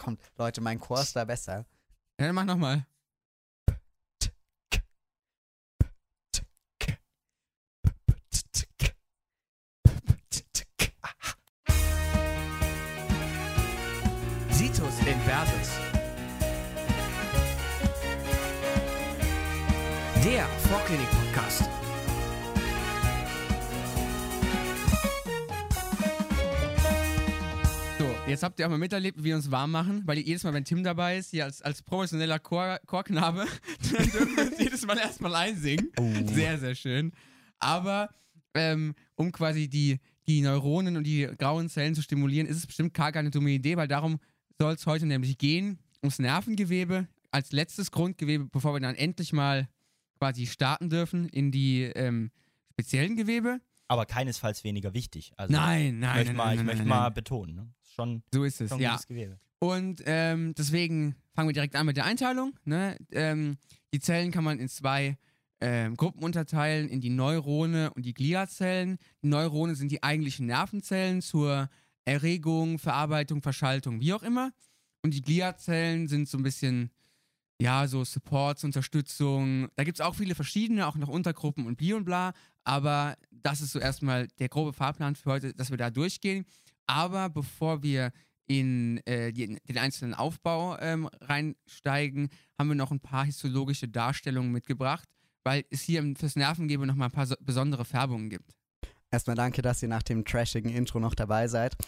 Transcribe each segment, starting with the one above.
kommt, Leute, mein Chor ist da besser. Ja, dann mach nochmal. Situs Inversus. Der Vorklinik-Podcast. So, jetzt habt ihr auch mal miterlebt, wie wir uns warm machen, weil jedes Mal, wenn Tim dabei ist, hier als professioneller Chorknabe, dann dürfen wir uns jedes Mal erstmal einsingen. Sehr, sehr schön. Aber um quasi die Neuronen und die grauen Zellen zu stimulieren, ist es bestimmt gar keine dumme Idee, weil darum soll es heute nämlich gehen, ums Nervengewebe als letztes Grundgewebe, bevor wir dann endlich mal quasi starten dürfen in die speziellen Gewebe. Aber keinesfalls weniger wichtig. Also Nein. Ich möchte mal betonen. Ne? So ist es, schon ja. gutes Gewebe. Und deswegen fangen wir direkt an mit der Einteilung. Ne? Die Zellen kann man in zwei Gruppen unterteilen, in die Neurone und die Gliazellen. Die Neurone sind die eigentlichen Nervenzellen zur Erregung, Verarbeitung, Verschaltung, wie auch immer. Und die Gliazellen sind so ein bisschen, ja, so Supports, Unterstützung. Da gibt es auch viele verschiedene, auch noch Untergruppen und bli und bla. Aber das ist so erstmal der grobe Fahrplan für heute, dass wir da durchgehen. Aber bevor wir in den einzelnen Aufbau reinsteigen, haben wir noch ein paar histologische Darstellungen mitgebracht, weil es hier fürs Nervengewebe noch mal ein paar besondere Färbungen gibt. Erstmal danke, dass ihr nach dem trashigen Intro noch dabei seid.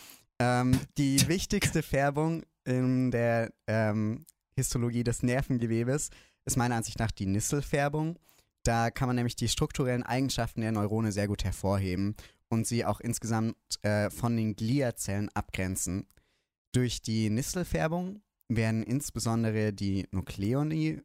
Die wichtigste Färbung in der Histologie des Nervengewebes ist meiner Ansicht nach die Nisselfärbung. Da kann man nämlich die strukturellen Eigenschaften der Neurone sehr gut hervorheben und sie auch insgesamt von den Gliazellen abgrenzen. Durch die Nisselfärbung werden insbesondere die Nukleoli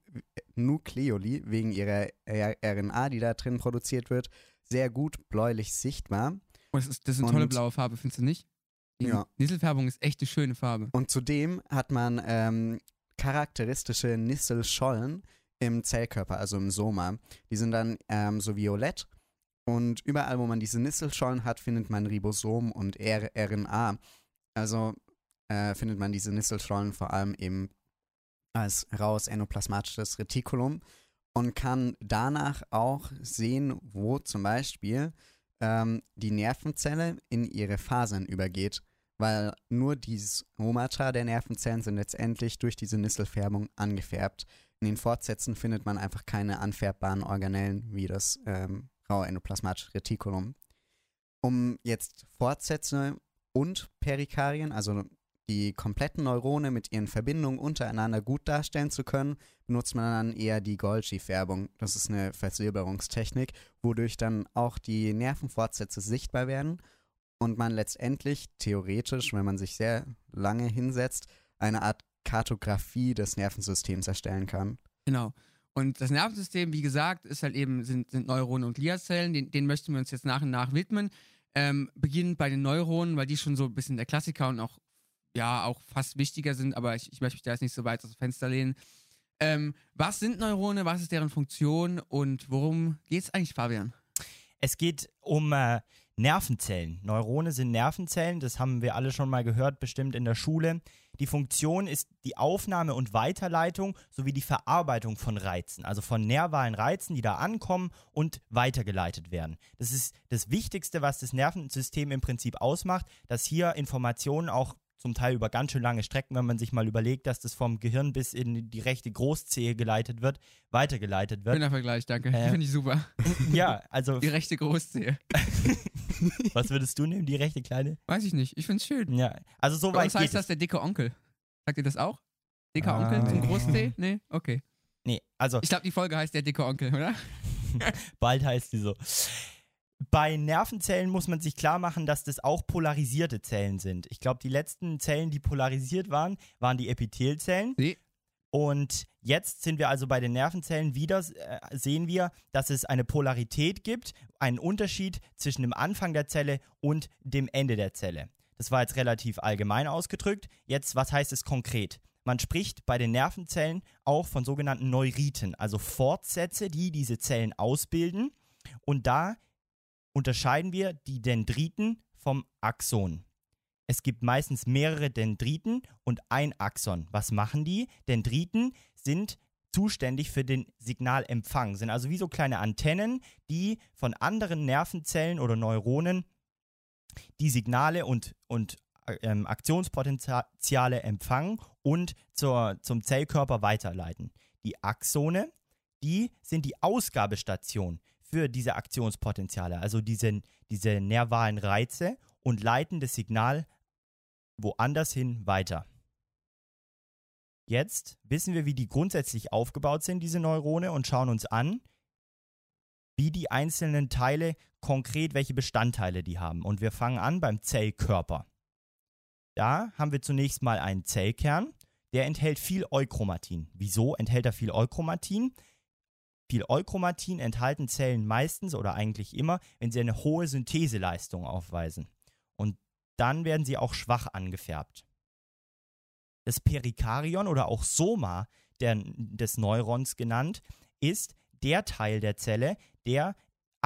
wegen ihrer RNA, die da drin produziert wird, sehr gut bläulich sichtbar. Oh, das ist eine tolle blaue Farbe, findest du nicht? Ja. Nisselfärbung ist echt eine schöne Farbe. Und zudem hat man charakteristische Nisselschollen im Zellkörper, also im Soma. Die sind dann so violett und überall, wo man diese Nisselschollen hat, findet man Ribosom und RNA. Also findet man diese Nisselschollen vor allem eben als raues endoplasmatisches Retikulum und kann danach auch sehen, wo zum Beispiel die Nervenzelle in ihre Fasern übergeht, weil nur die Stomata der Nervenzellen sind letztendlich durch diese Nisselfärbung angefärbt. In den Fortsätzen findet man einfach keine anfärbbaren Organellen wie das raue endoplasmatische Retikulum. Um jetzt Fortsätze und Perikarien, also die kompletten Neurone mit ihren Verbindungen untereinander gut darstellen zu können, benutzt man dann eher die Golgi-Färbung. Das ist eine Versilberungstechnik, wodurch dann auch die Nervenfortsätze sichtbar werden und man letztendlich theoretisch, wenn man sich sehr lange hinsetzt, eine Art Kartografie des Nervensystems erstellen kann. Genau. Und das Nervensystem, wie gesagt, ist halt eben, sind Neuronen und Gliazellen, denen möchten wir uns jetzt nach und nach widmen. Beginnend bei den Neuronen, weil die schon so ein bisschen der Klassiker und auch fast wichtiger sind, aber ich möchte mich da jetzt nicht so weit aus dem Fenster lehnen. Was sind Neurone, was ist deren Funktion und worum geht es eigentlich, Fabian? Es geht um Nervenzellen. Neurone sind Nervenzellen, das haben wir alle schon mal gehört, bestimmt in der Schule. Die Funktion ist die Aufnahme und Weiterleitung sowie die Verarbeitung von Reizen, also von nervalen Reizen, die da ankommen und weitergeleitet werden. Das ist das Wichtigste, was das Nervensystem im Prinzip ausmacht, dass hier Informationen auch zum Teil über ganz schön lange Strecken, wenn man sich mal überlegt, dass das vom Gehirn bis in die rechte Großzehe geleitet wird, weitergeleitet wird. Schöner Vergleich, danke. Finde ich super. Ja, also... Die rechte Großzehe. Was würdest du nehmen, die rechte kleine? Weiß ich nicht, ich finde es schön. Ja, also so weit was heißt das, der dicke Onkel? Sagt ihr das auch? Dicker Onkel zum Großzeh? Nee? Okay. Nee, also... Ich glaube, die Folge heißt der dicke Onkel, oder? Bald heißt sie so. Bei Nervenzellen muss man sich klar machen, dass das auch polarisierte Zellen sind. Ich glaube, die letzten Zellen, die polarisiert waren, waren die Epithelzellen. Nee. Und jetzt sind wir also bei den Nervenzellen wieder, sehen wir, dass es eine Polarität gibt, einen Unterschied zwischen dem Anfang der Zelle und dem Ende der Zelle. Das war jetzt relativ allgemein ausgedrückt. Jetzt, was heißt es konkret? Man spricht bei den Nervenzellen auch von sogenannten Neuriten, also Fortsätze, die diese Zellen ausbilden. Und da unterscheiden wir die Dendriten vom Axon. Es gibt meistens mehrere Dendriten und ein Axon. Was machen die? Dendriten sind zuständig für den Signalempfang, sind also wie so kleine Antennen, die von anderen Nervenzellen oder Neuronen die Signale und Aktionspotenziale empfangen und zum Zellkörper weiterleiten. Die Axone, die sind die Ausgabestation für diese Aktionspotenziale, also diese nervalen Reize, und leiten das Signal woanders hin weiter. Jetzt wissen wir, wie die grundsätzlich aufgebaut sind, diese Neurone, und schauen uns an, wie die einzelnen Teile konkret, welche Bestandteile die haben. Und wir fangen an beim Zellkörper. Da haben wir zunächst mal einen Zellkern, der enthält viel Euchromatin. Wieso enthält er viel Euchromatin? Viel Euchromatin enthalten Zellen meistens oder eigentlich immer, wenn sie eine hohe Syntheseleistung aufweisen. Und dann werden sie auch schwach angefärbt. Das Perikarion oder auch Soma des Neurons genannt, ist der Teil der Zelle, der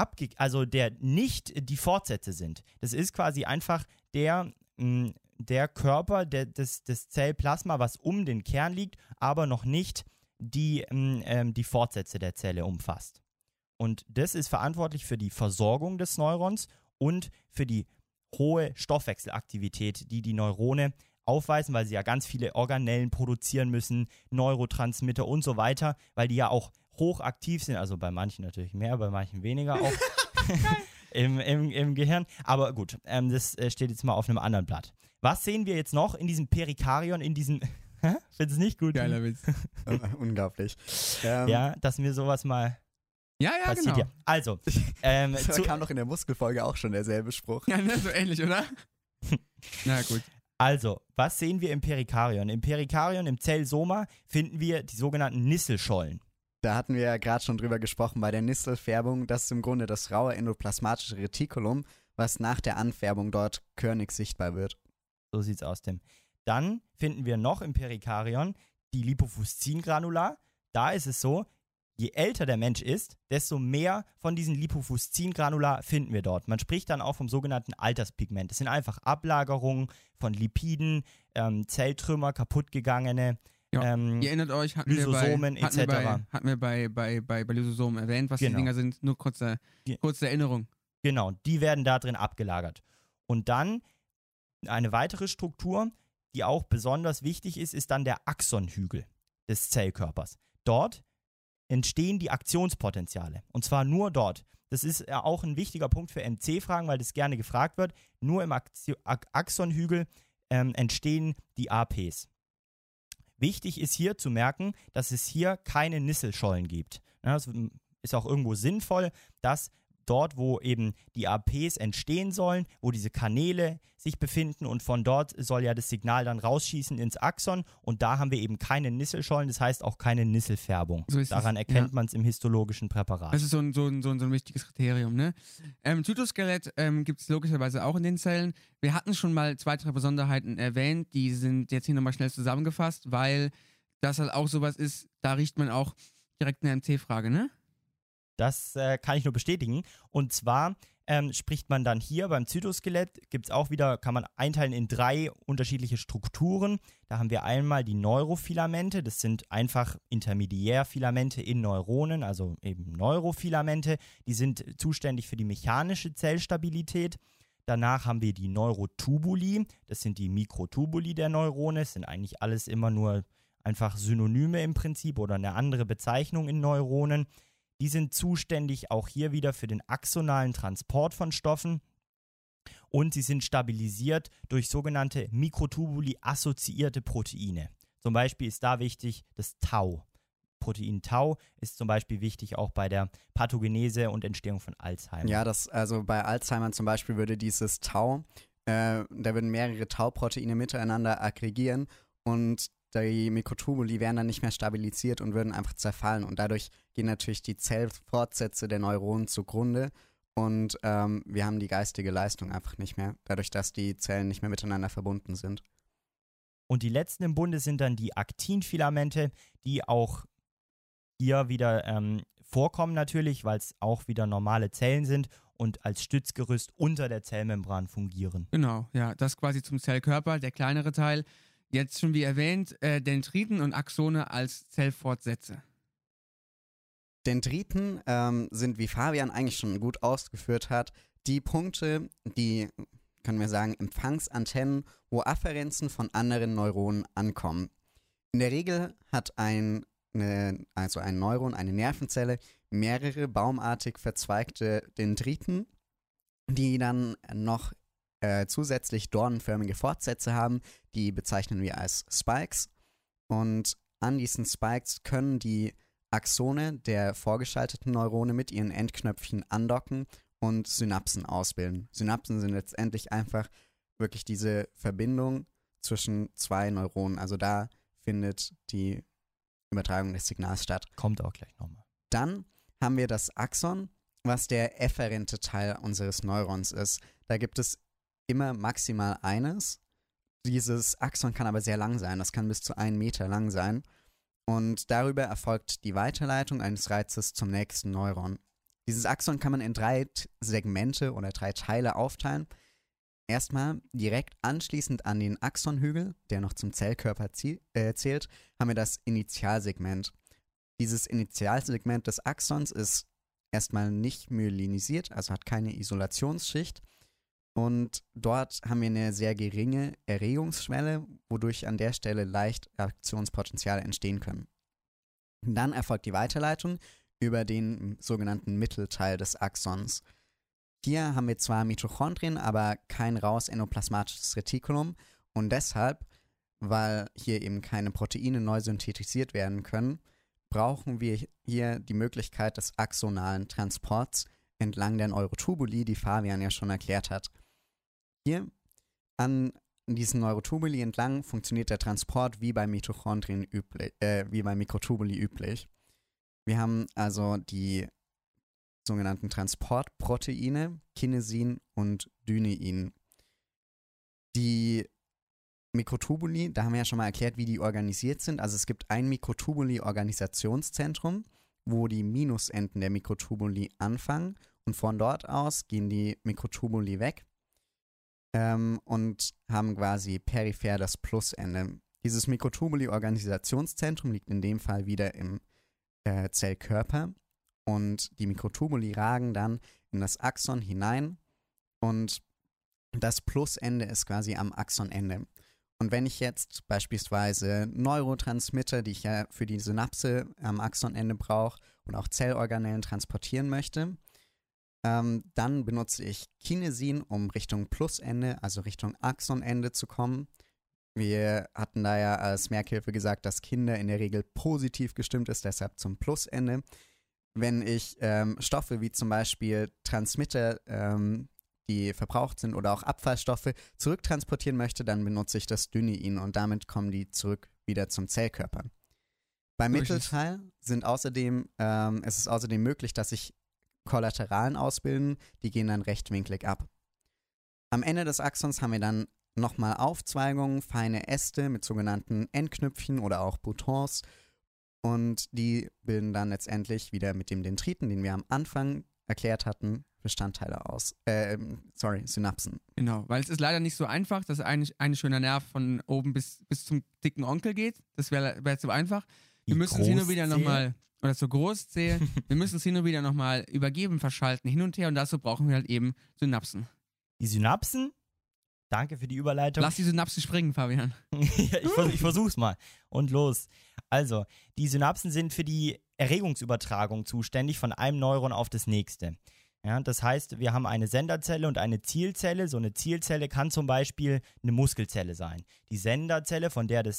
nicht die Fortsätze sind. Das ist quasi einfach der Körper des Zellplasma, was um den Kern liegt, aber noch nicht die Fortsätze der Zelle umfasst. Und das ist verantwortlich für die Versorgung des Neurons und für die hohe Stoffwechselaktivität, die Neurone aufweisen, weil sie ja ganz viele Organellen produzieren müssen, Neurotransmitter und so weiter, weil die ja auch hochaktiv sind, also bei manchen natürlich mehr, bei manchen weniger auch im Gehirn. Aber gut, das steht jetzt mal auf einem anderen Blatt. Was sehen wir jetzt noch in diesem Perikarion, in diesem findest du nicht gut? Geiler Witz. Unglaublich. Ja, dass mir sowas mal Ja, passiert. genau. Ja. Also, Das kam doch in der Muskelfolge auch schon derselbe Spruch. Ja, ne, so ähnlich, oder? Na gut. Also, was sehen wir im Perikarion? Im Perikarion, im Zellsoma, finden wir die sogenannten Nisselschollen. Da hatten wir ja gerade schon drüber gesprochen bei der Nistelfärbung. Das ist im Grunde das raue endoplasmatische Retikulum, was nach der Anfärbung dort körnig sichtbar wird. So sieht's aus, Tim. Dann finden wir noch im Perikarion die Lipofuscin-Granular. Da ist es so, je älter der Mensch ist, desto mehr von diesen Lipofuscin-Granular finden wir dort. Man spricht dann auch vom sogenannten Alterspigment. Das sind einfach Ablagerungen von Lipiden, Zelltrümmer, kaputtgegangene, Ja, ihr erinnert euch, hatten Lysosomen etc. Hatten wir bei Lysosomen erwähnt, was Genau. die Dinger sind. Nur kurze Erinnerung. Genau, die werden da drin abgelagert. Und dann eine weitere Struktur, die auch besonders wichtig ist, ist dann der Axonhügel des Zellkörpers. Dort entstehen die Aktionspotenziale. Und zwar nur dort. Das ist auch ein wichtiger Punkt für MC-Fragen, weil das gerne gefragt wird. Nur im Axonhügel entstehen die APs. Wichtig ist hier zu merken, dass es hier keine Nisselschollen gibt. Ja, das ist auch irgendwo sinnvoll, dass dort, wo eben die APs entstehen sollen, wo diese Kanäle sich befinden und von dort soll ja das Signal dann rausschießen ins Axon und da haben wir eben keine Nisselschollen, das heißt auch keine Nisselfärbung. So ist Daran erkennt man es im histologischen Präparat. Das ist so ein wichtiges Kriterium, ne? Zytoskelett gibt es logischerweise auch in den Zellen. Wir hatten schon mal 2, 3 Besonderheiten erwähnt, die sind jetzt hier nochmal schnell zusammengefasst, weil das halt auch sowas ist, da riecht man auch direkt eine MC-Frage, ne? Das kann ich nur bestätigen. Und zwar spricht man dann hier beim Zytoskelett, gibt es auch wieder, kann man einteilen in 3 unterschiedliche Strukturen. Da haben wir einmal die Neurofilamente, das sind einfach Intermediärfilamente in Neuronen, also eben Neurofilamente. Die sind zuständig für die mechanische Zellstabilität. Danach haben wir die Neurotubuli, das sind die Mikrotubuli der Neurone, das sind eigentlich alles immer nur einfach Synonyme im Prinzip oder eine andere Bezeichnung in Neuronen. Die sind zuständig auch hier wieder für den axonalen Transport von Stoffen und sie sind stabilisiert durch sogenannte Mikrotubuli-assoziierte Proteine. Zum Beispiel ist da wichtig das Tau. Protein Tau ist zum Beispiel wichtig auch bei der Pathogenese und Entstehung von Alzheimer. Ja, also bei Alzheimer zum Beispiel würde dieses Tau, da würden mehrere Tau-Proteine miteinander aggregieren und die Mikrotubuli wären dann nicht mehr stabilisiert und würden einfach zerfallen und dadurch gehen natürlich die Zellfortsätze der Neuronen zugrunde und wir haben die geistige Leistung einfach nicht mehr, dadurch, dass die Zellen nicht mehr miteinander verbunden sind. Und die letzten im Bunde sind dann die Aktinfilamente, die auch hier wieder vorkommen natürlich, weil es auch wieder normale Zellen sind und als Stützgerüst unter der Zellmembran fungieren. Genau, ja, das quasi zum Zellkörper, der kleinere Teil. Jetzt schon wie erwähnt, Dendriten und Axone als Zellfortsätze. Dendriten sind, wie Fabian eigentlich schon gut ausgeführt hat, die Punkte, die, können wir sagen, Empfangsantennen, wo Afferenzen von anderen Neuronen ankommen. In der Regel hat ein Neuron, eine Nervenzelle, mehrere baumartig verzweigte Dendriten, die dann noch zusätzlich dornenförmige Fortsätze haben, die bezeichnen wir als Spikes. Und an diesen Spikes können die Axone der vorgeschalteten Neurone mit ihren Endknöpfchen andocken und Synapsen ausbilden. Synapsen sind letztendlich einfach wirklich diese Verbindung zwischen zwei Neuronen. Also da findet die Übertragung des Signals statt. Kommt auch gleich nochmal. Dann haben wir das Axon, was der efferente Teil unseres Neurons ist. Da gibt es immer maximal eines. Dieses Axon kann aber sehr lang sein. Das kann bis zu 1 Meter lang sein. Und darüber erfolgt die Weiterleitung eines Reizes zum nächsten Neuron. Dieses Axon kann man in 3 Segmente oder 3 Teile aufteilen. Erstmal direkt anschließend an den Axonhügel, der noch zum Zellkörper zählt, haben wir das Initialsegment. Dieses Initialsegment des Axons ist erstmal nicht myelinisiert, also hat keine Isolationsschicht. Und dort haben wir eine sehr geringe Erregungsschwelle, wodurch an der Stelle leicht Aktionspotenziale entstehen können. Dann erfolgt die Weiterleitung über den sogenannten Mittelteil des Axons. Hier haben wir zwar Mitochondrien, aber kein raues endoplasmatisches Retikulum und deshalb, weil hier eben keine Proteine neu synthetisiert werden können, brauchen wir hier die Möglichkeit des axonalen Transports entlang der Neurotubuli, die Fabian ja schon erklärt hat. Hier an diesen Neurotubuli entlang funktioniert der Transport wie bei Mitochondrien wie bei Mikrotubuli üblich. Wir haben also die sogenannten Transportproteine, Kinesin und Dynein. Die Mikrotubuli, da haben wir ja schon mal erklärt, wie die organisiert sind. Also es gibt ein Mikrotubuli-Organisationszentrum, wo die Minusenden der Mikrotubuli anfangen und von dort aus gehen die Mikrotubuli weg und haben quasi peripher das Plusende. Dieses Mikrotubuli-Organisationszentrum liegt in dem Fall wieder im Zellkörper und die Mikrotubuli ragen dann in das Axon hinein und das Plusende ist quasi am Axonende. Und wenn ich jetzt beispielsweise Neurotransmitter, die ich ja für die Synapse am Axonende brauche und auch Zellorganellen transportieren möchte, dann benutze ich Kinesin, um Richtung Plusende, also Richtung Axonende zu kommen. Wir hatten da ja als Merkhilfe gesagt, dass Kinder in der Regel positiv gestimmt ist, deshalb zum Plusende. Wenn ich Stoffe wie zum Beispiel Transmitter, die verbraucht sind oder auch Abfallstoffe zurücktransportieren möchte, dann benutze ich das Dynein und damit kommen die zurück wieder zum Zellkörper. Beim Mittelteil ist es außerdem möglich, dass sich Kollateralen ausbilden, die gehen dann rechtwinklig ab. Am Ende des Axons haben wir dann nochmal Aufzweigungen, feine Äste mit sogenannten Endknüpfchen oder auch Boutons und die bilden dann letztendlich wieder mit dem Dendriten, den wir am Anfang erklärt hatten, Bestandteile aus. Synapsen. Genau, weil es ist leider nicht so einfach, dass ein schöner Nerv von oben bis zum dicken Onkel geht. Das wäre zu einfach. Wir müssen es hin und wieder nochmal, oder zur Großzehe, wir müssen es hin und wieder nochmal übergeben, verschalten, hin und her und dazu brauchen wir halt eben Synapsen. Die Synapsen, danke für die Überleitung. Lass die Synapsen springen, Fabian. ich versuch's mal. Und los. Also, die Synapsen sind für die Erregungsübertragung zuständig von einem Neuron auf das nächste. Ja, das heißt, wir haben eine Senderzelle und eine Zielzelle. So eine Zielzelle kann zum Beispiel eine Muskelzelle sein. Die Senderzelle, von der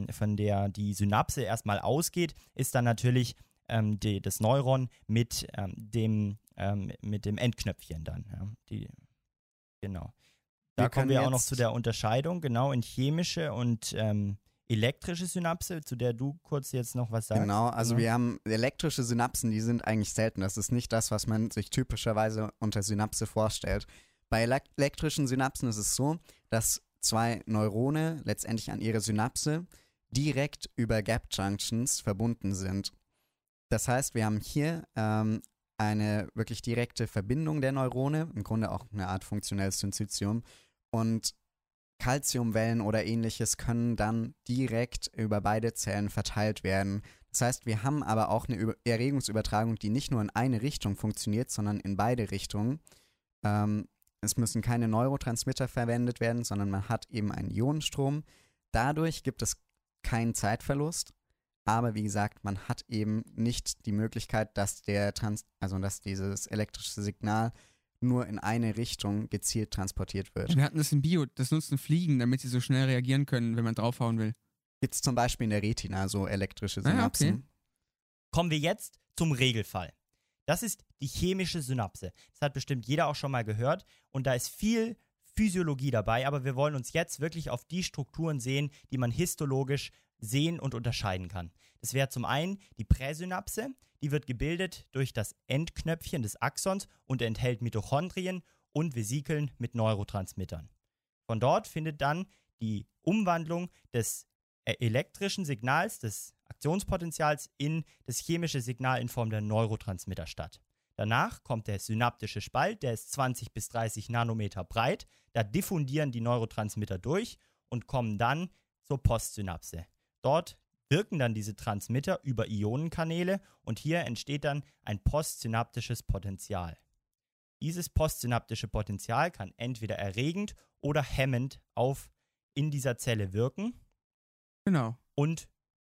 die Synapse erstmal ausgeht, ist dann natürlich das Neuron mit dem Endknöpfchen dann. Ja, genau. Da kommen wir auch noch zu der Unterscheidung, genau, in chemische und elektrische Synapse, zu der du kurz jetzt noch was sagst. Genau, also wir haben elektrische Synapsen, die sind eigentlich selten. Das ist nicht das, was man sich typischerweise unter Synapse vorstellt. Bei elektrischen Synapsen ist es so, dass 2 Neurone letztendlich an ihre Synapse direkt über Gap Junctions verbunden sind. Das heißt, wir haben hier eine wirklich direkte Verbindung der Neurone, im Grunde auch eine Art funktionelles Syncytium. Und Calciumwellen oder ähnliches können dann direkt über beide Zellen verteilt werden. Das heißt, wir haben aber auch eine Erregungsübertragung, die nicht nur in eine Richtung funktioniert, sondern in beide Richtungen. Es müssen keine Neurotransmitter verwendet werden, sondern man hat eben einen Ionenstrom. Dadurch gibt es keinen Zeitverlust, aber wie gesagt, man hat eben nicht die Möglichkeit, dass dass dieses elektrische Signal nur in eine Richtung gezielt transportiert wird. Wir hatten das in Bio, das nutzen Fliegen, damit sie so schnell reagieren können, wenn man draufhauen will. Gibt es zum Beispiel in der Retina so elektrische Synapsen. Okay. Kommen wir jetzt zum Regelfall. Das ist die chemische Synapse. Das hat bestimmt jeder auch schon mal gehört und da ist viel Physiologie dabei, aber wir wollen uns jetzt wirklich auf die Strukturen sehen, die man histologisch sehen und unterscheiden kann. Das wäre zum einen die Präsynapse, die wird gebildet durch das Endknöpfchen des Axons und enthält Mitochondrien und Vesikeln mit Neurotransmittern. Von dort findet dann die Umwandlung des elektrischen Signals, des Aktionspotenzials in das chemische Signal in Form der Neurotransmitter statt. Danach kommt der synaptische Spalt, der ist 20 bis 30 Nanometer breit. Da diffundieren die Neurotransmitter durch und kommen dann zur Postsynapse. Dort wirken dann diese Transmitter über Ionenkanäle und hier entsteht dann ein postsynaptisches Potential. Dieses postsynaptische Potential kann entweder erregend oder hemmend in dieser Zelle wirken. Genau. Und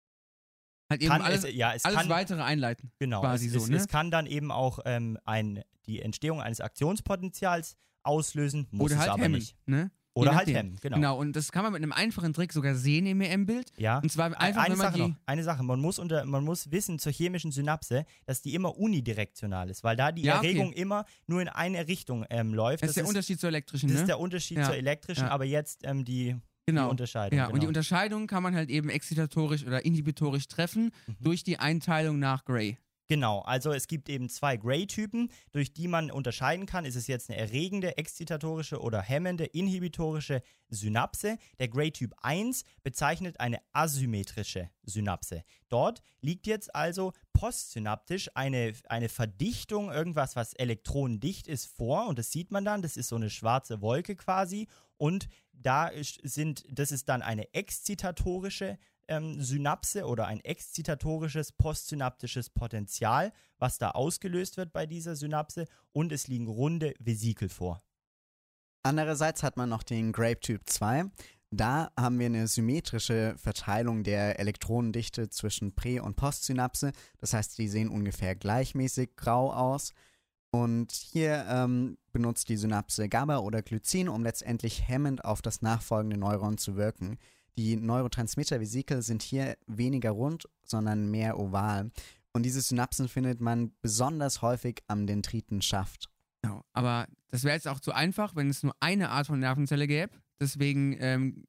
halt eben kann alles kann, weitere einleiten. genau, quasi es kann dann eben auch die Entstehung eines Aktionspotenzials auslösen, muss Oder es halt aber hemmen, nicht. ne? Oder Je halt nachdem. hemmen, genau. Genau, und das kann man mit einem einfachen Trick sogar sehen im EM-Bild. Ja. Und zwar einfach, wenn man Eine Sache, man muss wissen zur chemischen Synapse, dass die immer unidirektional ist, weil da die Erregung immer nur in eine Richtung läuft. Das ist der Unterschied zur elektrischen, Das ne? ist der Unterschied zur elektrischen, aber jetzt die Unterscheidung. Ja, genau. und die Unterscheidung kann man halt eben exzitatorisch oder inhibitorisch treffen durch die Einteilung nach Gray. Genau, also es gibt eben zwei Gray-Typen, durch die man unterscheiden kann, ist es jetzt eine erregende, exzitatorische oder hemmende, inhibitorische Synapse. Der Gray-Typ 1 bezeichnet eine asymmetrische Synapse. Dort liegt jetzt also postsynaptisch eine Verdichtung, irgendwas, was elektronendicht ist, vor und das sieht man dann, das ist so eine schwarze Wolke quasi und das ist dann eine exzitatorische Synapse oder ein exzitatorisches postsynaptisches Potenzial, was da ausgelöst wird bei dieser Synapse und es liegen runde Vesikel vor. Andererseits hat man noch den Grape-Typ 2. Da haben wir eine symmetrische Verteilung der Elektronendichte zwischen Prä- und Postsynapse. Das heißt, die sehen ungefähr gleichmäßig grau aus. Und hier benutzt die Synapse GABA oder Glycin, um letztendlich hemmend auf das nachfolgende Neuron zu wirken. Die Neurotransmitter-Vesikel sind hier weniger rund, sondern mehr oval. Und diese Synapsen findet man besonders häufig am Dendritenschaft. Genau, aber das wäre jetzt auch zu einfach, wenn es nur eine Art von Nervenzelle gäbe. Deswegen,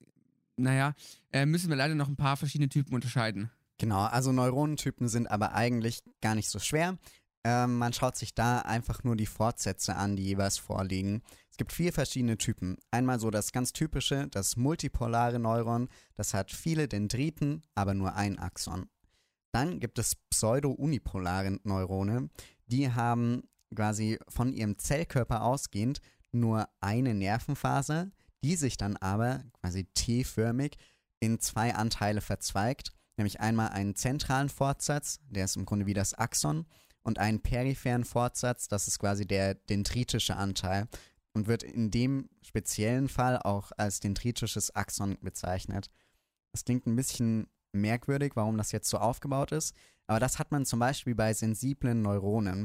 müssen wir leider noch ein paar verschiedene Typen unterscheiden. Genau, also Neuronentypen sind aber eigentlich gar nicht so schwer. Man schaut sich da einfach nur die Fortsätze an, die jeweils vorliegen. Es gibt 4 verschiedene Typen. Einmal so das ganz typische, das multipolare Neuron, das hat viele Dendriten, aber nur ein Axon. Dann gibt es pseudo-unipolare Neurone, die haben quasi von ihrem Zellkörper ausgehend nur eine Nervenfaser, die sich dann aber quasi T-förmig in 2 Anteile verzweigt, nämlich einmal einen zentralen Fortsatz, der ist im Grunde wie das Axon, und einen peripheren Fortsatz, das ist quasi der dendritische Anteil und wird in dem speziellen Fall auch als dendritisches Axon bezeichnet. Das klingt ein bisschen merkwürdig, warum das jetzt so aufgebaut ist, aber das hat man zum Beispiel bei sensiblen Neuronen,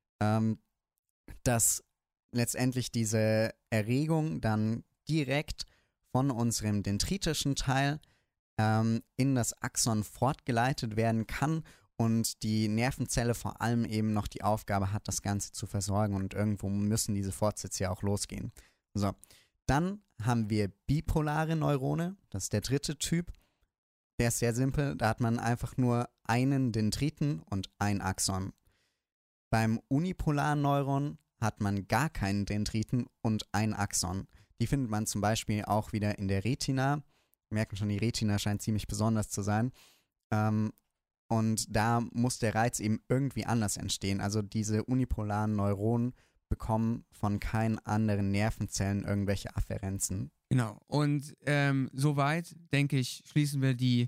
dass letztendlich diese Erregung dann direkt von unserem dendritischen Teil in das Axon fortgeleitet werden kann und die Nervenzelle vor allem eben noch die Aufgabe hat, das Ganze zu versorgen und irgendwo müssen diese Fortsätze ja auch losgehen. So, dann haben wir bipolare Neurone, das ist der dritte Typ. Der ist sehr simpel, da hat man einfach nur einen Dendriten und ein Axon. Beim unipolaren Neuron hat man gar keinen Dendriten und ein Axon. Die findet man zum Beispiel auch wieder in der Retina. Wir merken schon, die Retina scheint ziemlich besonders zu sein. Und da muss der Reiz eben irgendwie anders entstehen. Also diese unipolaren Neuronen bekommen von keinen anderen Nervenzellen irgendwelche Afferenzen. Genau. Und soweit, denke ich, schließen wir die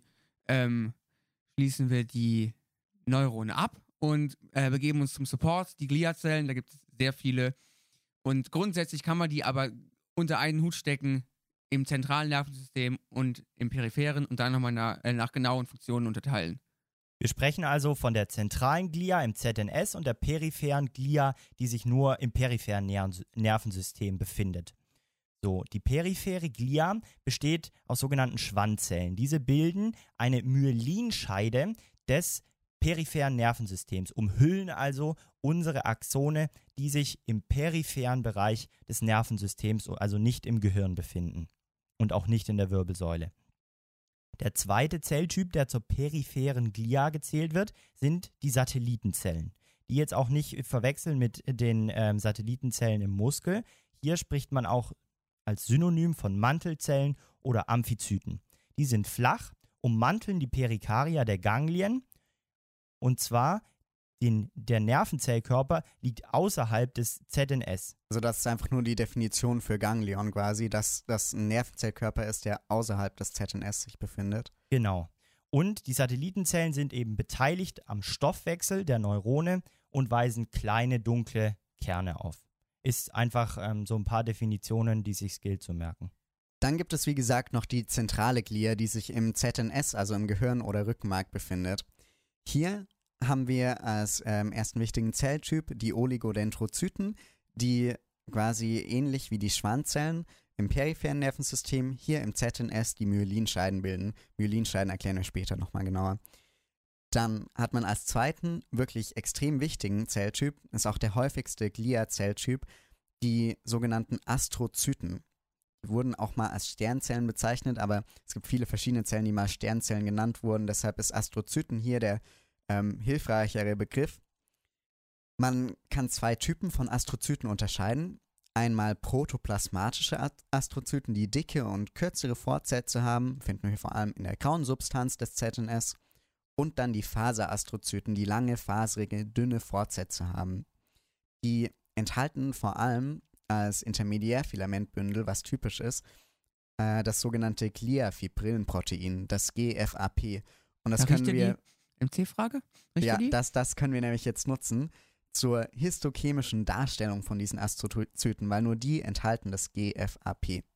Neurone ab und begeben uns zum Support, die Gliazellen. Da gibt es sehr viele. Und grundsätzlich kann man die aber unter einen Hut stecken im zentralen Nervensystem und im peripheren und dann nochmal nach genauen Funktionen unterteilen. Wir sprechen also von der zentralen Glia im ZNS und der peripheren Glia, die sich nur im peripheren Nervensystem befindet. So, die periphere Glia besteht aus sogenannten Schwanzzellen. Diese bilden eine Myelinscheide des peripheren Nervensystems, umhüllen also unsere Axone, die sich im peripheren Bereich des Nervensystems, also nicht im Gehirn befinden und auch nicht in der Wirbelsäule. Der zweite Zelltyp, der zur peripheren Glia gezählt wird, sind die Satellitenzellen. Die jetzt auch nicht verwechseln mit den Satellitenzellen im Muskel. Hier spricht man auch als Synonym von Mantelzellen oder Amphizyten. Die sind flach, ummanteln die Perikardia der Ganglien und zwar der Nervenzellkörper liegt außerhalb des ZNS. Also das ist einfach nur die Definition für Ganglion quasi, dass das ein Nervenzellkörper ist, der außerhalb des ZNS sich befindet. Genau. Und die Satellitenzellen sind eben beteiligt am Stoffwechsel der Neurone und weisen kleine, dunkle Kerne auf. Ist einfach so ein paar Definitionen, die sich gilt zu merken. Dann gibt es wie gesagt noch die zentrale Glia, die sich im ZNS, also im Gehirn oder Rückenmark befindet. Hier haben wir als ersten wichtigen Zelltyp die Oligodendrozyten, die quasi ähnlich wie die Schwanzzellen im peripheren Nervensystem hier im ZNS die Myelinscheiden bilden. Myelinscheiden erklären wir später nochmal genauer. Dann hat man als zweiten wirklich extrem wichtigen Zelltyp, ist auch der häufigste Glia-Zelltyp, die sogenannten Astrozyten. Die wurden auch mal als Sternzellen bezeichnet, aber es gibt viele verschiedene Zellen, die mal Sternzellen genannt wurden. Deshalb ist Astrozyten hier der hilfreichere Begriff. Man kann zwei Typen von Astrozyten unterscheiden. Einmal protoplasmatische Astrozyten, die dicke und kürzere Fortsätze haben, finden wir vor allem in der grauen Substanz des ZNS. Und dann die Faserastrozyten, die lange, faserige, dünne Fortsätze haben. Die enthalten vor allem als Intermediärfilamentbündel, was typisch ist, das sogenannte Gliafibrillenprotein, das GFAP. Und das können wir... MC-Frage? Ja, das können wir nämlich jetzt nutzen zur histochemischen Darstellung von diesen Astrozyten, weil nur die enthalten das GFAP.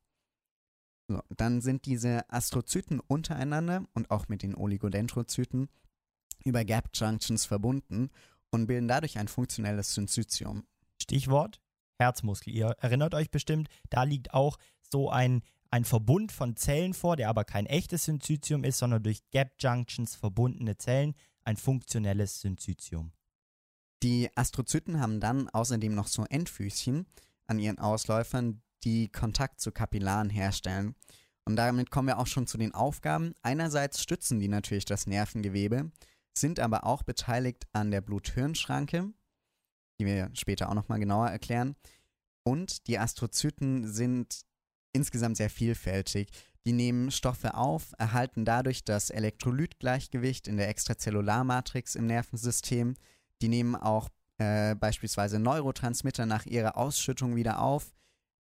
So, dann sind diese Astrozyten untereinander und auch mit den Oligodendrozyten über Gap-Junctions verbunden und bilden dadurch ein funktionelles Syncytium. Stichwort Herzmuskel. Ihr erinnert euch bestimmt, da liegt auch so ein Verbund von Zellen vor, der aber kein echtes Syncytium ist, sondern durch Gap-Junctions verbundene Zellen, ein funktionelles Syncytium. Die Astrozyten haben dann außerdem noch so Endfüßchen an ihren Ausläufern, die Kontakt zu Kapillaren herstellen. Und damit kommen wir auch schon zu den Aufgaben. Einerseits stützen die natürlich das Nervengewebe, sind aber auch beteiligt an der Blut-Hirn-Schranke, die wir später auch nochmal genauer erklären. Und die Astrozyten sind insgesamt sehr vielfältig. Die nehmen Stoffe auf, erhalten dadurch das Elektrolytgleichgewicht in der Extrazellularmatrix im Nervensystem. Die nehmen auch beispielsweise Neurotransmitter nach ihrer Ausschüttung wieder auf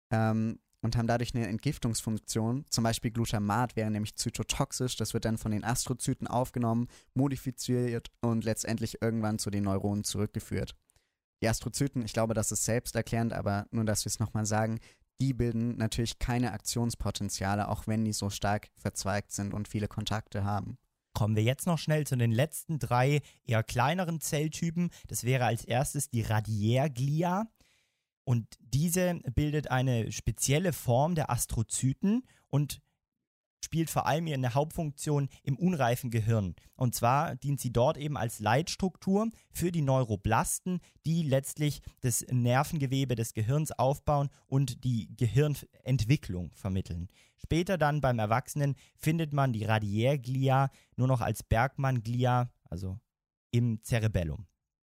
und haben dadurch eine Entgiftungsfunktion. Zum Beispiel Glutamat wäre nämlich zytotoxisch. Das wird dann von den Astrozyten aufgenommen, modifiziert und letztendlich irgendwann zu den Neuronen zurückgeführt. Die Astrozyten, ich glaube, das ist selbsterklärend, aber nur, dass wir es nochmal sagen, die bilden natürlich keine Aktionspotenziale, auch wenn die so stark verzweigt sind und viele Kontakte haben. Kommen wir jetzt noch schnell zu den letzten 3 eher kleineren Zelltypen. Das wäre als erstes die Radiärglia. Und diese bildet eine spezielle Form der Astrozyten und spielt vor allem ihre Hauptfunktion im unreifen Gehirn. Und zwar dient sie dort eben als Leitstruktur für die Neuroblasten, die letztlich das Nervengewebe des Gehirns aufbauen und die Gehirnentwicklung vermitteln. Später dann beim Erwachsenen findet man die Radiärglia nur noch als Bergmann-Glia, also im Cerebellum.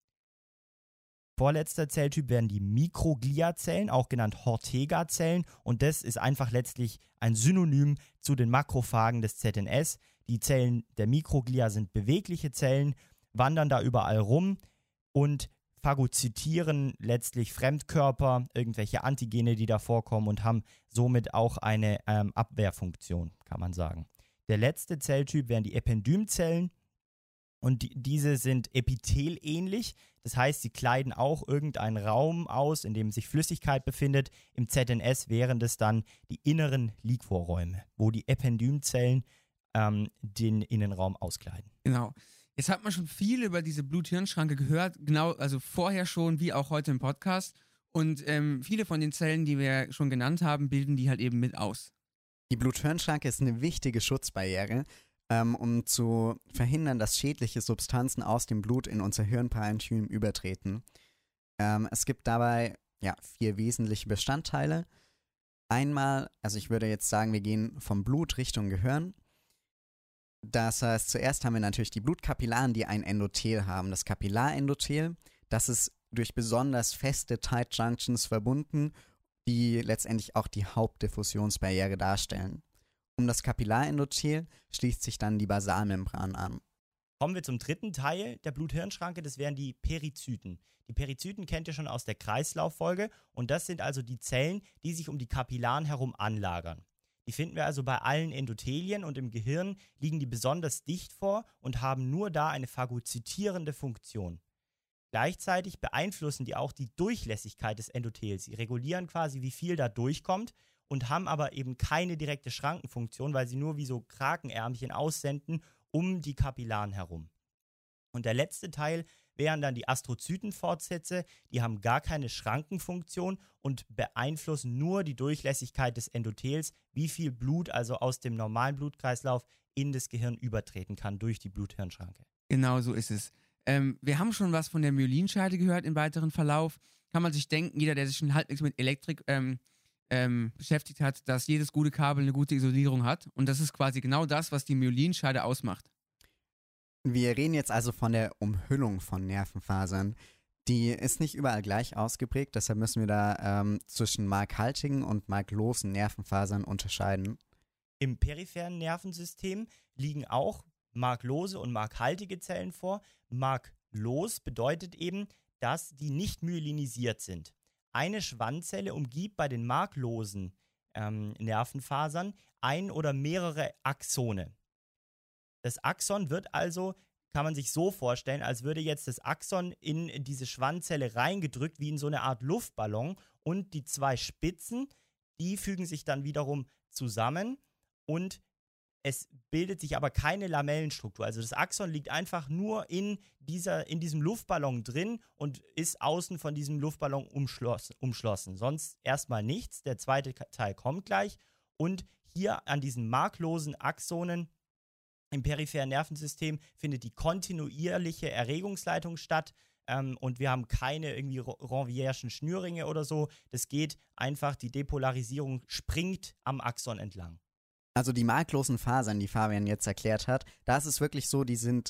Vorletzter Zelltyp wären die Mikrogliazellen, auch genannt Ortega-Zellen, und das ist einfach letztlich ein Synonym zu den Makrophagen des ZNS. Die Zellen der Mikroglia sind bewegliche Zellen, wandern da überall rum und phagozytieren letztlich Fremdkörper, irgendwelche Antigene, die da vorkommen und haben somit auch eine Abwehrfunktion, kann man sagen. Der letzte Zelltyp wären die Ependymzellen und diese sind epithelähnlich, das heißt, sie kleiden auch irgendeinen Raum aus, in dem sich Flüssigkeit befindet. Im ZNS wären das dann die inneren Liquorräume, wo die Ependymzellen den Innenraum auskleiden. Genau. Jetzt hat man schon viel über diese Blut-Hirn-Schranke gehört, genau, also vorher schon, wie auch heute im Podcast. Und viele von den Zellen, die wir schon genannt haben, bilden die halt eben mit aus. Die Blut-Hirn-Schranke ist eine wichtige Schutzbarriere, um zu verhindern, dass schädliche Substanzen aus dem Blut in unser Hirnparenchym übertreten. Es gibt dabei 4 wesentliche Bestandteile. Einmal, also ich würde jetzt sagen, wir gehen vom Blut Richtung Gehirn. Das heißt, zuerst haben wir natürlich die Blutkapillaren, die ein Endothel haben. Das Kapillarendothel, das ist durch besonders feste Tight Junctions verbunden, die letztendlich auch die Hauptdiffusionsbarriere darstellen. Um das Kapillarendothel schließt sich dann die Basalmembran an. Kommen wir zum dritten Teil der Blut-Hirn-Schranke, das wären die Perizyten. Die Perizyten kennt ihr schon aus der Kreislauffolge und das sind also die Zellen, die sich um die Kapillaren herum anlagern. Die finden wir also bei allen Endothelien und im Gehirn liegen die besonders dicht vor und haben nur da eine phagozytierende Funktion. Gleichzeitig beeinflussen die auch die Durchlässigkeit des Endothels. Sie regulieren quasi, wie viel da durchkommt und haben aber eben keine direkte Schrankenfunktion, weil sie nur wie so Krakenärmchen aussenden um die Kapillaren herum. Und der letzte Teil wären dann die Astrozytenfortsätze, die haben gar keine Schrankenfunktion und beeinflussen nur die Durchlässigkeit des Endothels, wie viel Blut also aus dem normalen Blutkreislauf in das Gehirn übertreten kann durch die Blut-Hirn-Schranke. Genau so ist es. Wir haben schon was von der Myelinscheide gehört im weiteren Verlauf. Kann man sich denken, jeder, der sich schon halbwegs mit Elektrik beschäftigt hat, dass jedes gute Kabel eine gute Isolierung hat. Und das ist quasi genau das, was die Myelinscheide ausmacht. Wir reden jetzt also von der Umhüllung von Nervenfasern. Die ist nicht überall gleich ausgeprägt, deshalb müssen wir da zwischen markhaltigen und marklosen Nervenfasern unterscheiden. Im peripheren Nervensystem liegen auch marklose und markhaltige Zellen vor. Marklos bedeutet eben, dass die nicht myelinisiert sind. Eine Schwanzelle umgibt bei den marklosen Nervenfasern ein oder mehrere Axone. Das Axon wird also, kann man sich so vorstellen, als würde jetzt das Axon in diese Schwanzelle reingedrückt, wie in so eine Art Luftballon. Und die 2 Spitzen, die fügen sich dann wiederum zusammen und es bildet sich aber keine Lamellenstruktur. Also das Axon liegt einfach nur in diesem Luftballon drin und ist außen von diesem Luftballon umschlossen. Sonst erstmal nichts. Der zweite Teil kommt gleich. Und hier an diesen marklosen Axonen im peripheren Nervensystem findet die kontinuierliche Erregungsleitung statt und wir haben keine irgendwie Ranvierschen Schnürringe oder so. Das geht einfach, die Depolarisierung springt am Axon entlang. Also die marklosen Fasern, die Fabian jetzt erklärt hat, da ist es wirklich so,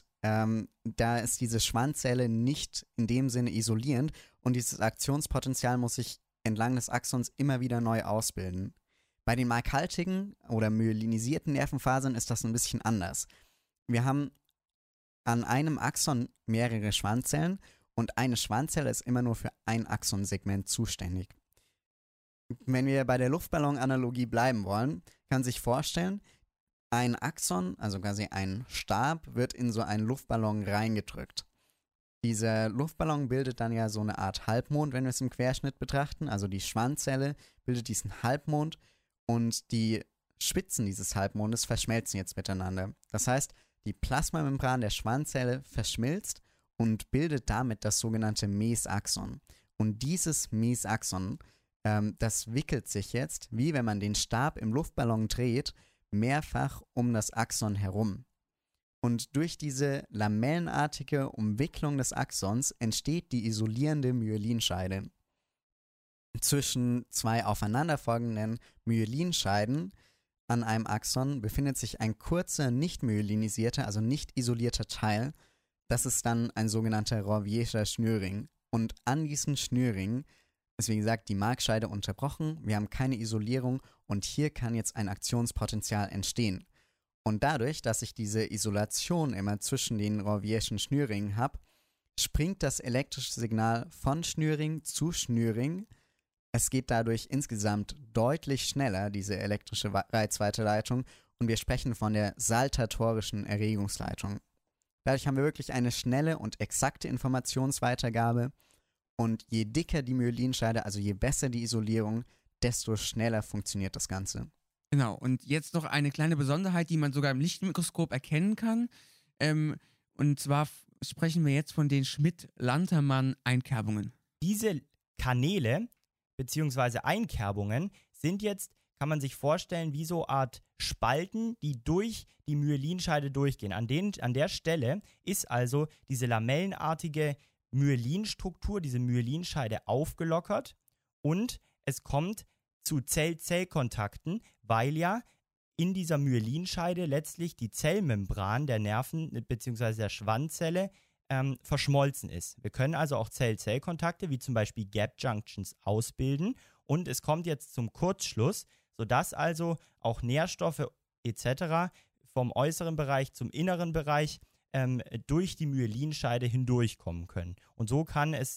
da ist diese Schwanzelle nicht in dem Sinne isolierend und dieses Aktionspotenzial muss sich entlang des Axons immer wieder neu ausbilden. Bei den markhaltigen oder myelinisierten Nervenfasern ist das ein bisschen anders. Wir haben an einem Axon mehrere Schwanzellen und eine Schwanzelle ist immer nur für ein Axonsegment zuständig. Wenn wir bei der Luftballon-Analogie bleiben wollen, kann man sich vorstellen, ein Axon, also quasi ein Stab, wird in so einen Luftballon reingedrückt. Dieser Luftballon bildet dann ja so eine Art Halbmond, wenn wir es im Querschnitt betrachten. Also die Schwanzelle bildet diesen Halbmond und die Spitzen dieses Halbmondes verschmelzen jetzt miteinander. Das heißt, die Plasmamembran der Schwanzelle verschmilzt und bildet damit das sogenannte Mesaxon. Und dieses Mesaxon, das wickelt sich jetzt, wie wenn man den Stab im Luftballon dreht, mehrfach um das Axon herum. Und durch diese lamellenartige Umwicklung des Axons entsteht die isolierende Myelinscheide. Zwischen 2 aufeinanderfolgenden Myelinscheiden an einem Axon befindet sich ein kurzer, nicht myelinisierter, also nicht isolierter Teil. Das ist dann ein sogenannter Ranvierscher Schnürring. Und an diesen Schnürring ist, wie gesagt, die Markscheide unterbrochen. Wir haben keine Isolierung und hier kann jetzt ein Aktionspotenzial entstehen. Und dadurch, dass ich diese Isolation immer zwischen den Ranvierschen Schnürringen habe, springt das elektrische Signal von Schnürring zu Schnürring. Es geht dadurch insgesamt deutlich schneller, diese elektrische Reizweiterleitung, und wir sprechen von der saltatorischen Erregungsleitung. Dadurch haben wir wirklich eine schnelle und exakte Informationsweitergabe, und je dicker die Myelinscheide, also je besser die Isolierung, desto schneller funktioniert das Ganze. Genau, und jetzt noch eine kleine Besonderheit, die man sogar im Lichtmikroskop erkennen kann. Und zwar sprechen wir jetzt von den Schmidt-Lantermann-Einkerbungen. Diese Kanäle bzw. Einkerbungen sind jetzt, kann man sich vorstellen, wie so eine Art Spalten, die durch die Myelinscheide durchgehen. An der Stelle ist also diese lamellenartige Myelinstruktur, diese Myelinscheide aufgelockert, und es kommt zu Zell-Zell-Kontakten, weil ja in dieser Myelinscheide letztlich die Zellmembran der Nerven bzw. der Schwanzzelle verschmolzen ist. Wir können also auch Zell-Zell-Kontakte wie zum Beispiel Gap-Junctions ausbilden, und es kommt jetzt zum Kurzschluss, sodass also auch Nährstoffe etc. vom äußeren Bereich zum inneren Bereich durch die Myelinscheide hindurchkommen können. Und so kann das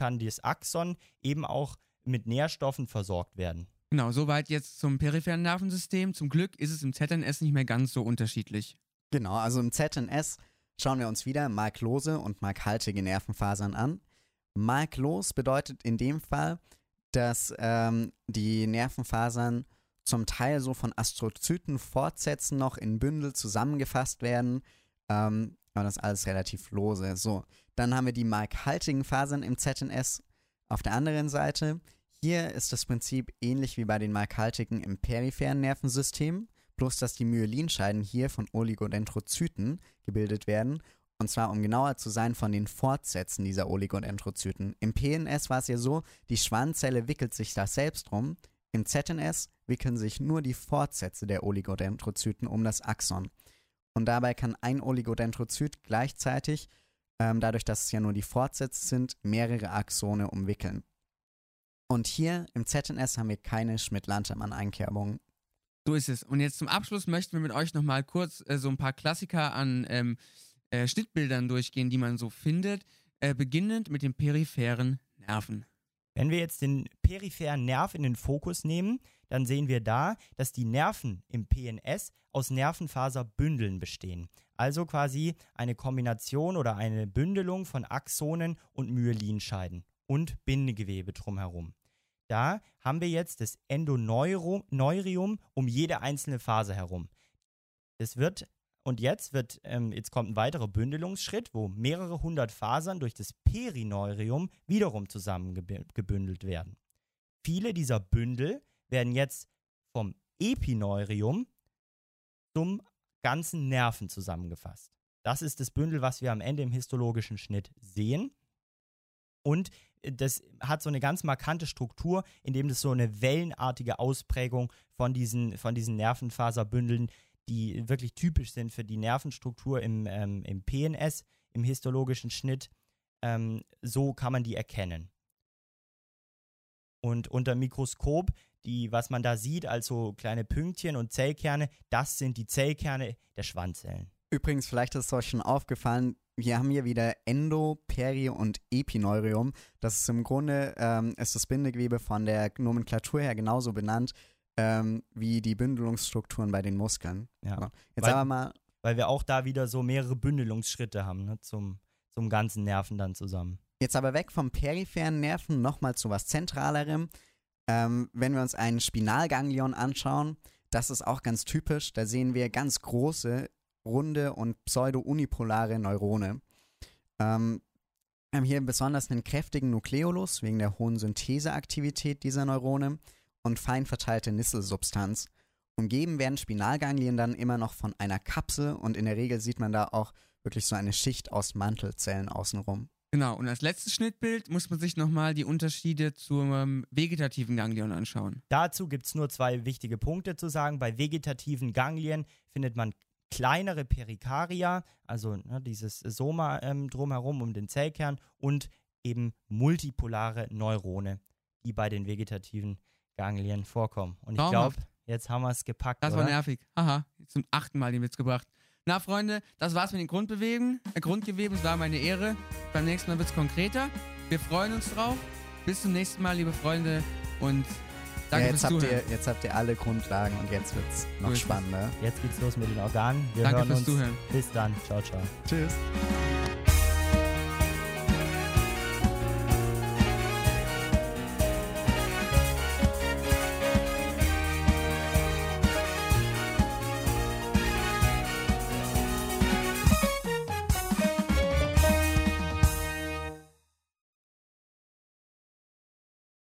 Axon eben auch mit Nährstoffen versorgt werden. Genau, soweit jetzt zum peripheren Nervensystem. Zum Glück ist es im ZNS nicht mehr ganz so unterschiedlich. Genau, also im ZNS schauen wir uns wieder marklose und markhaltige Nervenfasern an. Marklos bedeutet in dem Fall, dass die Nervenfasern zum Teil so von Astrozytenfortsätzen noch in Bündel zusammengefasst werden, aber das ist alles relativ lose. So, dann haben wir die markhaltigen Fasern im ZNS auf der anderen Seite. Hier ist das Prinzip ähnlich wie bei den markhaltigen im peripheren Nervensystem, bloß dass die Myelinscheiden hier von Oligodendrozyten gebildet werden, und zwar, um genauer zu sein, von den Fortsätzen dieser Oligodendrozyten. Im PNS war es ja so, die Schwanzzelle wickelt sich da selbst rum. Im ZNS wickeln sich nur die Fortsätze der Oligodendrozyten um das Axon. Und dabei kann ein Oligodendrozyt gleichzeitig, dadurch, dass es ja nur die Fortsätze sind, mehrere Axone umwickeln. Und hier im ZNS haben wir keine Schmidt-Lantermann-Einkerbungen. So ist es. Und jetzt zum Abschluss möchten wir mit euch nochmal kurz so ein paar Klassiker an Schnittbildern durchgehen, die man so findet, beginnend mit den peripheren Nerven. Wenn wir jetzt den peripheren Nerv in den Fokus nehmen, dann sehen wir da, dass die Nerven im PNS aus Nervenfaserbündeln bestehen. Also quasi eine Kombination oder eine Bündelung von Axonen und Myelinscheiden und Bindegewebe drumherum. Da haben wir jetzt das Endoneurium um jede einzelne Phase herum. Jetzt kommt ein weiterer Bündelungsschritt, wo mehrere hundert Fasern durch das Perineurium wiederum zusammengebündelt werden. Viele dieser Bündel werden jetzt vom Epineurium zum ganzen Nerven zusammengefasst. Das ist das Bündel, was wir am Ende im histologischen Schnitt sehen. Und das hat so eine ganz markante Struktur, indem das so eine wellenartige Ausprägung von diesen Nervenfaserbündeln, die wirklich typisch sind für die Nervenstruktur im PNS, im histologischen Schnitt, so kann man die erkennen. Und unter Mikroskop, was man da sieht, also kleine Pünktchen und Zellkerne, das sind die Zellkerne der Schwanzzellen. Übrigens, vielleicht ist es euch schon aufgefallen, wir haben hier wieder Endo-, Peri- und Epineurium. Das ist im Grunde ist das Bindegewebe von der Nomenklatur her genauso benannt wie die Bündelungsstrukturen bei den Muskeln. Ja. So. Jetzt aber mal. Weil wir auch da wieder so mehrere Bündelungsschritte haben, ne, zum ganzen Nerven dann zusammen. Jetzt aber weg vom peripheren Nerven nochmal zu was Zentralerem. Wenn wir uns einen Spinalganglion anschauen, das ist auch ganz typisch. Da sehen wir ganz große, runde und pseudo-unipolare Neurone. Wir haben hier besonders einen kräftigen Nukleolus wegen der hohen Syntheseaktivität dieser Neurone und fein verteilte Nisselsubstanz. Umgeben werden Spinalganglien dann immer noch von einer Kapsel, und in der Regel sieht man da auch wirklich so eine Schicht aus Mantelzellen außenrum. Genau, und als letztes Schnittbild muss man sich nochmal die Unterschiede zum vegetativen Ganglion anschauen. Dazu gibt es nur zwei wichtige Punkte zu sagen. Bei vegetativen Ganglien findet man kleinere Perikardia, also dieses Soma drumherum um den Zellkern, und eben multipolare Neurone, die bei den vegetativen Ganglien vorkommen. Und ich glaube, jetzt haben wir es gepackt, Das oder? war nervig. Haha, zum 8. Mal den Witz gebracht. Na, Freunde, das war's mit den Grundgeweben. Es war meine Ehre. Beim nächsten Mal wird's konkreter. Wir freuen uns drauf. Bis zum nächsten Mal, liebe Freunde. Und danke jetzt fürs Zuhören. Jetzt habt ihr alle Grundlagen und jetzt wird's noch Gut. spannender. Jetzt geht's los mit den Organen. Wir Danke hören fürs uns. Zuhören. Bis dann. Ciao, ciao. Tschüss.